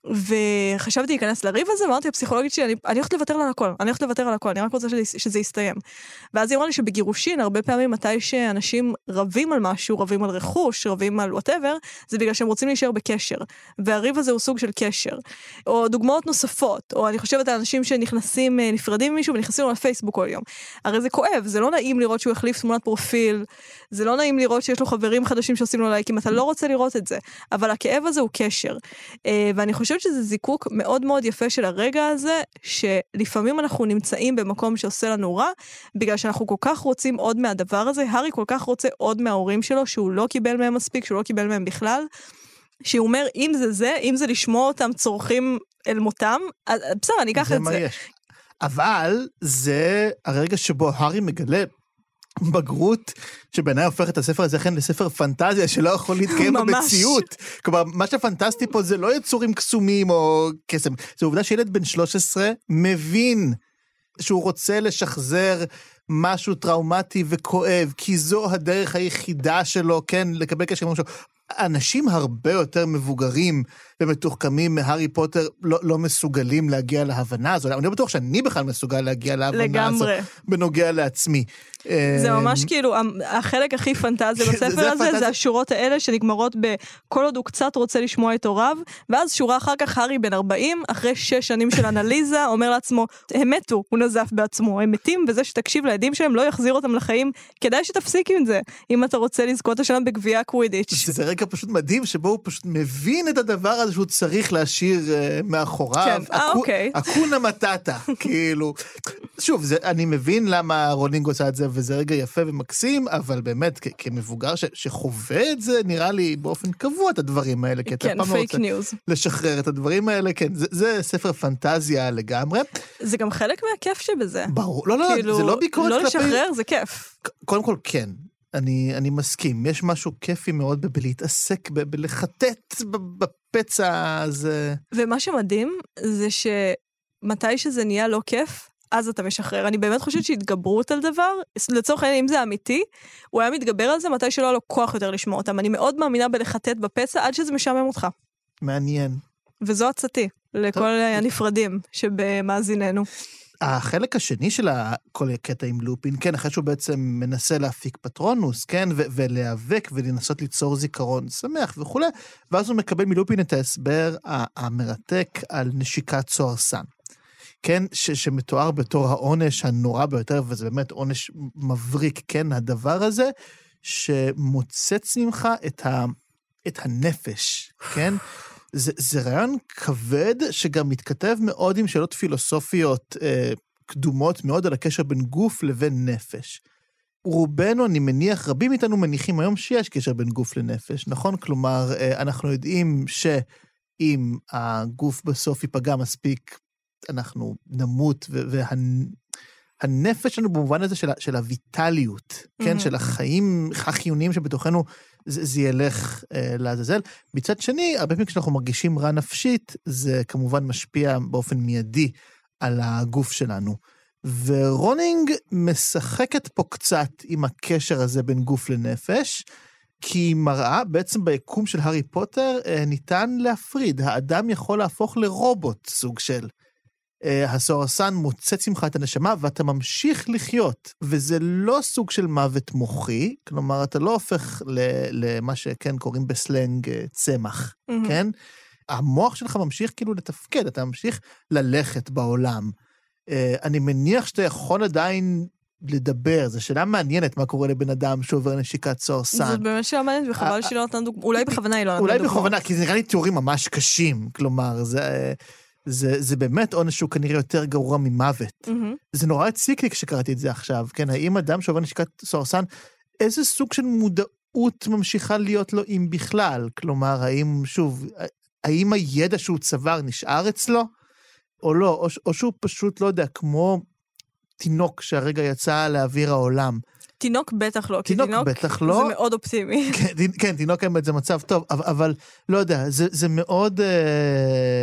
וחשבתי להיכנס לריב הזה, ואמרתי הפסיכולוגית שלי, אני, אני הולכת לוותר על הכל, אני הולכת לוותר על הכל, אני רק רוצה שזה, שזה יסתיים. ואז היא אמרה לי שבגירושין, הרבה פעמים מתי שאנשים רבים על משהו, רבים על רכוש, רבים על whatever, זה בגלל שהם רוצים להישאר בקשר. והריב הזה הוא סוג של קשר. או דוגמאות נוספות, או אני חושבת על אנשים שנכנסים, נפרדים ממישהו ונכנסים לו לפייסבוק כל יום. הרי זה כואב, זה לא נעים לראות שהוא החליף תמונת פרופיל, זה לא נעים לראות שיש לו חברים חדשים שעושים לו לייקים, אתה לא רוצה לראות את זה. אבל הכאב הזה הוא קשר. ואני חושבת חושבת שזה זיקוק מאוד מאוד יפה של הרגע הזה, שלפעמים אנחנו נמצאים במקום שעושה לנו רע, בגלל שאנחנו כל כך רוצים עוד מהדבר הזה, הארי כל כך רוצה עוד מההורים שלו, שהוא לא קיבל מהם מספיק, שהוא לא קיבל מהם בכלל, שהוא אומר, אם זה זה, אם זה לשמוע אותם צורכים אל מותם, בסדר, אני אקח את זה.
יש. אבל זה הרגע שבו הארי מגלה בגרות, שבעיניי הופך את הספר הזה לכן לספר פנטזיה שלא יכול להתקיים במציאות. כלומר, מה שפנטסטי פה זה לא יצורים קסומים או קסם, זה עובדה שילד בן שלוש עשרה מבין שהוא רוצה לשחזר משהו טראומטי וכואב, כי זו הדרך היחידה שלו, כן, לקבל קשר עם משהו. אנשים הרבה יותר מבוגרים ומתוחכמים מהארי פוטר לא, לא מסוגלים להגיע להבנה הזו. אני לא בטוח שאני בכלל מסוגל להגיע להבנה
לגמרי.
הזו בנוגע לעצמי.
זה ממש כאילו, החלק הכי פנטזי בספר הזה, זה השורות האלה שנגמרות בכל עוד הוא קצת רוצה לשמוע את הוריו, ואז שורה אחר כך הארי בן ארבעים, אחרי שש שנים של אנליזה, אומר לעצמו, הם מתו, הוא נזף בעצמו, הם מתים, וזה שתקשיב לידים שלהם לא יחזיר אותם לחיים, כדאי שתפסיק עם זה, אם אתה רוצה לזכות השנה בגביע קווידיץ'.
זה רגע פשוט מדהים, שבו הוא פשוט מבין את הדבר הזה שהוא צריך להשאיר uh, מאחוריו.
כן, אה, אוקיי.
אקונה מטאטה, כאילו. שוב, זה, אני מבין למה רולינג עושה את זה, וזה רגע יפה ומקסים, אבל באמת, כ- כמבוגר ש- שחווה את זה, נראה לי באופן קבוע את הדברים האלה, כי אתה
כן,
פעם לא
פייק
רוצה
ניוז.
לשחרר את הדברים האלה, כן, זה, זה ספר פנטזיה לגמרי.
זה גם חלק מהכיף שבזה.
ברור, לא, לא,
כאילו,
זה לא ביקורת
לא
כלפי...
לשחרר, זה כיף.
קודם כל, כן. אני, אני מסכים. יש משהו כיפי מאוד ב- בלהתעסק, ב- בלחטט ב- בפצע הזה.
ומה שמדהים זה שמתי שזה נהיה לא כיף, אז אתה משחרר. אני באמת חושבת שהתגברות על דבר, לצורך העניין, אם זה אמיתי, הוא היה מתגבר על זה מתי שלא היה לו כוח יותר לשמוע אותם. אני מאוד מאמינה בלחטט בפצע עד שזה משעמם אותך.
מעניין.
וזו הצעתי לכל הנפרדים שבמאזיננו.
החלק השני של כל הקטע עם לופין, כן, אחרי שהוא בעצם מנסה להפיק פטרונוס, כן, ו- ולהיאבק ולנסות ליצור זיכרון שמח וכו', ואז הוא מקבל מלופין את ההסבר המרתק על נשיקת סוהרסן. כן, ש- שמתואר בתור העונש הנורא ביותר, וזה באמת עונש מבריק, כן, הדבר הזה, שמוצץ ממך את, ה- את הנפש, כן? זה, זה רעיון כבד שגם מתכתב מאוד עם שאלות פילוסופיות אה, קדומות מאוד על הקשר בין גוף לבין נפש. רובנו, אני מניח, רבים איתנו מניחים היום שיש קשר בין גוף לנפש, נכון? כלומר, אה, אנחנו יודעים שאם הגוף בסוף ייפגע מספיק, אנחנו נמות, והנפש שלנו במובן הזה של, של הויטליות, mm-hmm. כן? של החיים החיוניים שבתוכנו, זה, זה ילך אה, לעזאזל. מצד שני, הרבה פעמים כשאנחנו מרגישים רע נפשית, זה כמובן משפיע באופן מיידי על הגוף שלנו. ורולינג משחקת פה קצת עם הקשר הזה בין גוף לנפש, כי היא מראה, בעצם ביקום של הארי פוטר, אה, ניתן להפריד. האדם יכול להפוך לרובוט, סוג של. הסוהרסן מוצץ ממך את הנשמה, ואתה ממשיך לחיות, וזה לא סוג של מוות מוחי, כלומר, אתה לא הופך למה שכן קוראים בסלנג צמח, mm-hmm. כן? המוח שלך ממשיך כאילו לתפקד, אתה ממשיך ללכת בעולם. אני מניח שאתה יכול עדיין לדבר, זו שאלה מעניינת מה קורה לבן אדם שעובר נשיקת סוהרסן.
זאת באמת שאלה מעניינת, וחבל שלא נתן דוגמא, אולי בכוונה היא לא נתן דוגמא.
אולי בכוונה, כי זה נראה לי תיאורים ממש קשים, כלומר, זה... זה, זה באמת עונש שהוא כנראה יותר גרוע ממוות. Mm-hmm. זה נורא הציק לי כשקראתי את זה עכשיו, כן? האם אדם שעובר נשיקת סוהרסן, איזה סוג של מודעות ממשיכה להיות לו אם בכלל? כלומר, האם, שוב, האם הידע שהוא צבר נשאר אצלו? או לא? או, או שהוא פשוט, לא יודע, כמו תינוק שהרגע יצא לאוויר העולם.
תינוק בטח לא,
תינוק,
כי תינוק
בטח לא.
זה מאוד אופטימי.
כן, כן, תינוק האמת זה מצב טוב, אבל, אבל לא יודע, זה, זה מאוד... אה,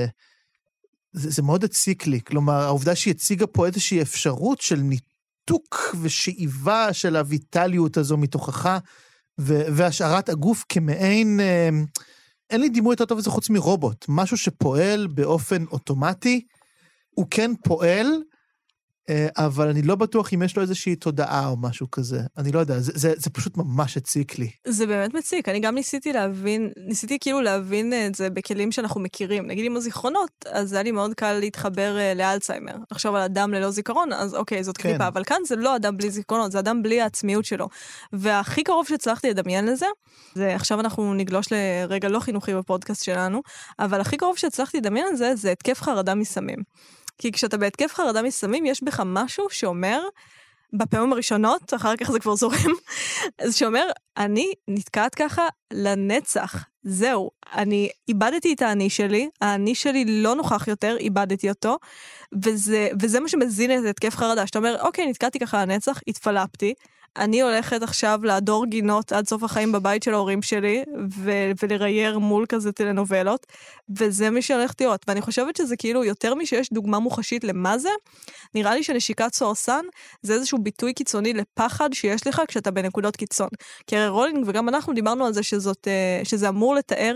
זה, זה מאוד הציק לי, כלומר, העובדה שהיא הציגה פה איזושהי אפשרות של ניתוק ושאיבה של הויטליות הזו מתוכחה, ו- והשארת הגוף כמעין, אה, אין לי דימוי יותר טוב איזה חוץ מרובוט, משהו שפועל באופן אוטומטי, הוא כן פועל, אה, אבל אני לא בטוח אם יש לו איזושהי תודעה או משהו כזה, אני לא יודע, זה, זה, זה פשוט ממש הציק לי.
זה באמת מציק, אני גם ניסיתי להבין, ניסיתי כאילו להבין את זה בכלים שאנחנו מכירים, נגיד עם הזיכרונות, אז היה לי מאוד קל להתחבר לאלצהיימר, לחשוב על אדם ללא זיכרון, אז אוקיי, זאת
כן.
קליפה, אבל כאן זה לא אדם בלי זיכרונות, זה אדם בלי העצמיות שלו, והכי קרוב שהצלחתי לדמיין לזה, זה עכשיו אנחנו נגלוש לרגע לא חינוכי בפודקאסט שלנו, אבל הכי קרוב שהצלחתי לדמיין לזה, זה התקף חרדה מסמים. כי כשאתה בהתקף חרדה מסמים, יש בך משהו שאומר, בפעמים הראשונות, אחר כך זה כבר זורם, אז שאומר, אני נתקעת ככה לנצח. זהו, אני איבדתי את האני שלי, האני שלי לא נוכח יותר, איבדתי אותו, וזה, וזה מה שמזין את התקף חרדה, שאתה אומר, אוקיי, נתקעתי ככה לנצח, התפלפתי, אני הולכת עכשיו לעדור גינות עד סוף החיים בבית של ההורים שלי, ו- ולרייר מול כזה טלנובלות, וזה מי שהולכת להיות. ואני חושבת שזה כאילו יותר משיש דוגמה מוחשית למה זה, נראה לי שנשיקת סוהרסן זה איזשהו ביטוי קיצוני לפחד שיש לך כשאתה בנקודות קיצון. כי הרי רולינג וגם אנחנו דיברנו על זה שזאת, שזה אמור לתאר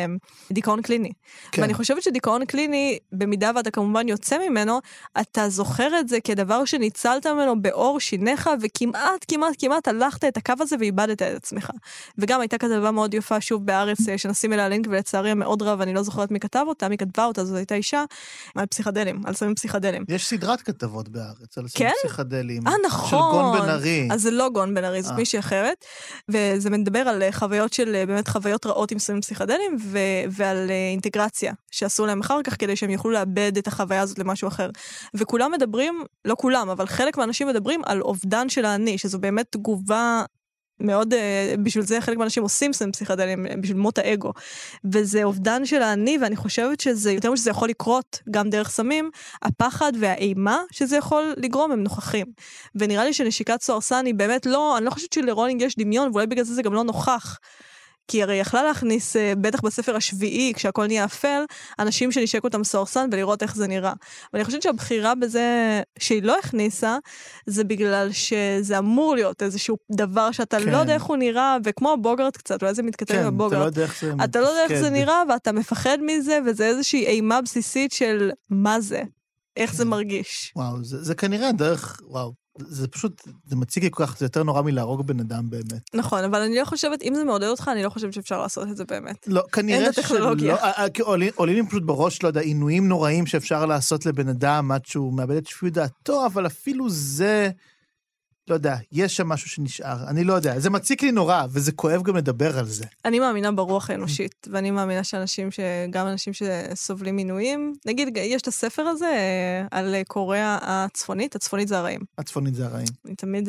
דיכאון קליני. כן. ואני חושבת שדיכאון קליני, במידה ואתה כמובן יוצא ממנו, אתה זוכר את זה כדבר שניצלת ממנו באור שיניך, וכמעט, כמעט, כמעט הלכת את הקו הזה ואיבדת את עצמך. וגם הייתה כתבה מאוד יפה שוב בארץ, שנשים אליה לינק, ולצערי מאוד רב, אני לא זוכרת מי כתב אותה, מי כתבה אותה, זאת הייתה אישה, על פסיכדלים, על סמים פסיכדלים.
יש סדרת כתבות בארץ, על סמים
כן?
פסיכדלים.
אה, נכון.
של גון בן ארי.
אז זה לא גון בן ארי, זאת מישהי אחרת, וזה מדבר על חוויות של, באמת חוויות רעות עם סמים פסיכדלים, ו- ועל אינטגרציה, שעשו להם אחר כך, כדי שהם יוכלו לאבד את החוויה הזאת למשהו אחר. וכולם מדברים, לא כולם, אבל חלק מהאנשים מדברים על אובדן של האני, שזו באמת תגובה מאוד, בשביל זה חלק מהאנשים עושים סמים פסיכדלים, בשביל מות האגו. וזה אובדן של האני, ואני חושבת שזה, יותר משזה יכול לקרות גם דרך סמים, הפחד והאימה שזה יכול לגרום הם נוכחים. ונראה לי שנשיקת סוהרסן היא באמת לא, אני לא חושבת שלרולינג יש דמיון, ואולי בגלל זה זה גם לא נוכח. כי הרי יכלה להכניס, בטח בספר השביעי, כשהכל נהיה אפל, אנשים שנשק אותם סוהרסן ולראות איך זה נראה. ואני חושבת שהבחירה בזה שהיא לא הכניסה, זה בגלל שזה אמור להיות איזשהו דבר שאתה כן. לא יודע איך הוא נראה, וכמו הבוגרט קצת, אולי זה מתכתב עם הבוגרט.
אתה לא יודע איך זה
אתה לא יודע איך זה נראה, ואתה מפחד מזה, וזה איזושהי אימה בסיסית של מה זה, איך כן. זה מרגיש.
וואו, זה, זה כנראה דרך, וואו. זה פשוט, זה מציג כל כך, זה יותר נורא מלהרוג בן אדם באמת.
נכון, אבל אני לא חושבת, אם זה מעודד אותך, אני לא חושבת שאפשר לעשות את זה באמת.
לא, כנראה שלא, עולים פשוט בראש, לא יודע, עינויים נוראים שאפשר לעשות לבן אדם, עד שהוא מאבד את שפיות דעתו, אבל אפילו זה, לא יודע, יש שם משהו שנשאר, אני לא יודע, זה מציק לי נורא, וזה כואב גם לדבר על זה.
אני מאמינה ברוח האנושית, ואני מאמינה שאנשים, גם אנשים שסובלים עינויים, נגיד, יש את הספר הזה על קוריאה הצפונית, הצפונית זה הרעים.
הצפונית זה הרעים.
אני תמיד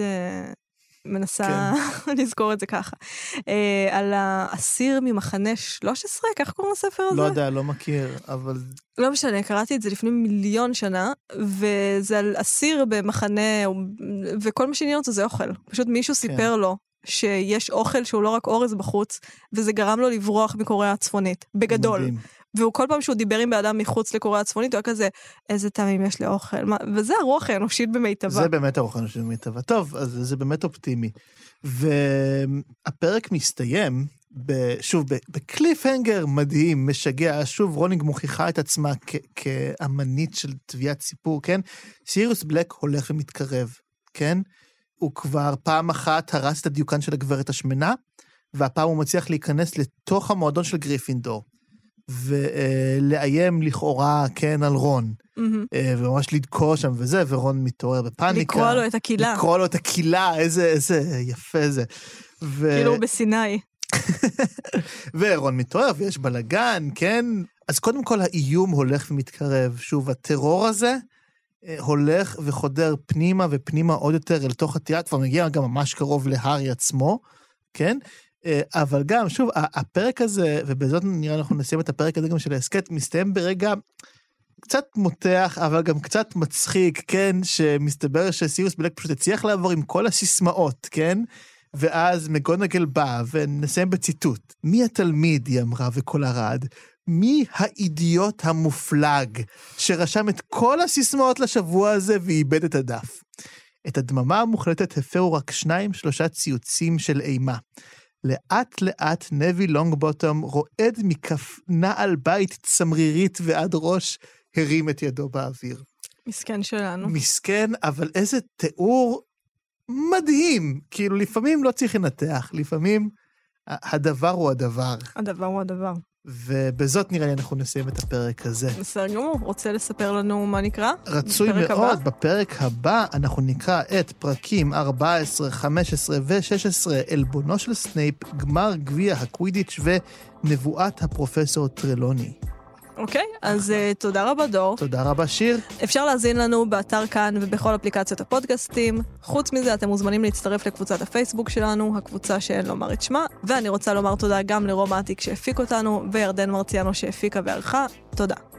מנסה לזכור את זה ככה. על האסיר ממחנה שלוש עשרה, כך קוראים לספר הזה?
לא יודע, לא מכיר, אבל...
לא משנה, קראתי את זה לפני מיליון שנה, וזה על אסיר במחנה, וכל מה שעניין אותו זה אוכל. פשוט מישהו סיפר לו שיש אוכל שהוא לא רק אורז בחוץ, וזה גרם לו לברוח מקוריאה הצפונית, בגדול. והוא כל פעם שהוא דיבר עם באדם מחוץ לקוריאה הצפונית, הוא היה כזה, איזה טעמים יש לאוכל. וזה הרוח האנושית במיטבה.
זה באמת הרוח האנושית במיטבה. טוב, אז זה באמת אופטימי. והפרק מסתיים, שוב, בקליפהנגר מדהים, משגע, שוב רולינג מוכיחה את עצמה כאמנית של תביעת סיפור, כן? סיריוס בלק הולך ומתקרב, כן? הוא כבר פעם אחת הרס את הדיוקן של הגברת השמנה, והפעם הוא מצליח להיכנס לתוך המועדון של גריפינדור, ולאיים לכאורה, כן, על רון, וממש לדקור שם וזה, ורון מתעורר בפאניקה.
לקרוא לו את הקילה.
לקרוא לו את הקילה, איזה, איזה יפה זה.
כאילו בסיני.
ורון מתעורר, ויש בלגן, כן? אז קודם כל האיום הולך ומתקרב. שוב, הטרור הזה הולך וחודר פנימה ופנימה עוד יותר אל תוך הטירה, כבר מגיע גם ממש קרוב להרי עצמו, כן? אבל גם, שוב, הפרק הזה, ובזאת נראה אנחנו נסיים את הפרק הזה גם של ההסקט, מסתיים ברגע קצת מותח, אבל גם קצת מצחיק, כן? שמסתבר שסיריוס בלק פשוט הצליח לעבור עם כל הסיסמאות, כן? ואז מגונגל בא, ונסיים בציטוט. מי התלמיד, היא אמרה וכל הרד, מי האידיוט המופלג, שרשם את כל הסיסמאות לשבוע הזה, ואיבד את הדף. את הדממה המוחלטת הפרו רק שניים, שלושה ציוצים של אימה. לאט לאט נבי לונגבוטום רועד מכף נעל בית צמרירית ועד ראש, הרים את ידו באוויר.
מסכן שלנו.
מסכן, אבל איזה תיאור מדהים. כאילו לפעמים לא צריך לנתח, לפעמים הדבר הוא הדבר.
הדבר הוא הדבר.
ובזאת נראה לי אנחנו נסיים את הפרק הזה.
בסדר גמור, רוצה לספר לנו מה נקרא?
רצוי מאוד, הבא? בפרק הבא אנחנו נקרא את פרקים ארבע עשרה, חמש עשרה ו-שש עשרה, אלבונו של סנייפ, גמר גביע הקווידיץ' ונבואת הפרופסור טרלוני.
אוקיי, אז uh, תודה רבה דור.
תודה רבה שיר.
אפשר להזין לנו באתר כאן ובכל אפליקציות הפודקאסטים. חוץ מזה אתם מוזמנים להצטרף לקבוצת הפייסבוק שלנו, הקבוצה שאין לומר את שמה, ואני רוצה לומר תודה גם לרום עתיק שהפיק אותנו, וירדן מרציאנו שהפיקה וערכה. תודה.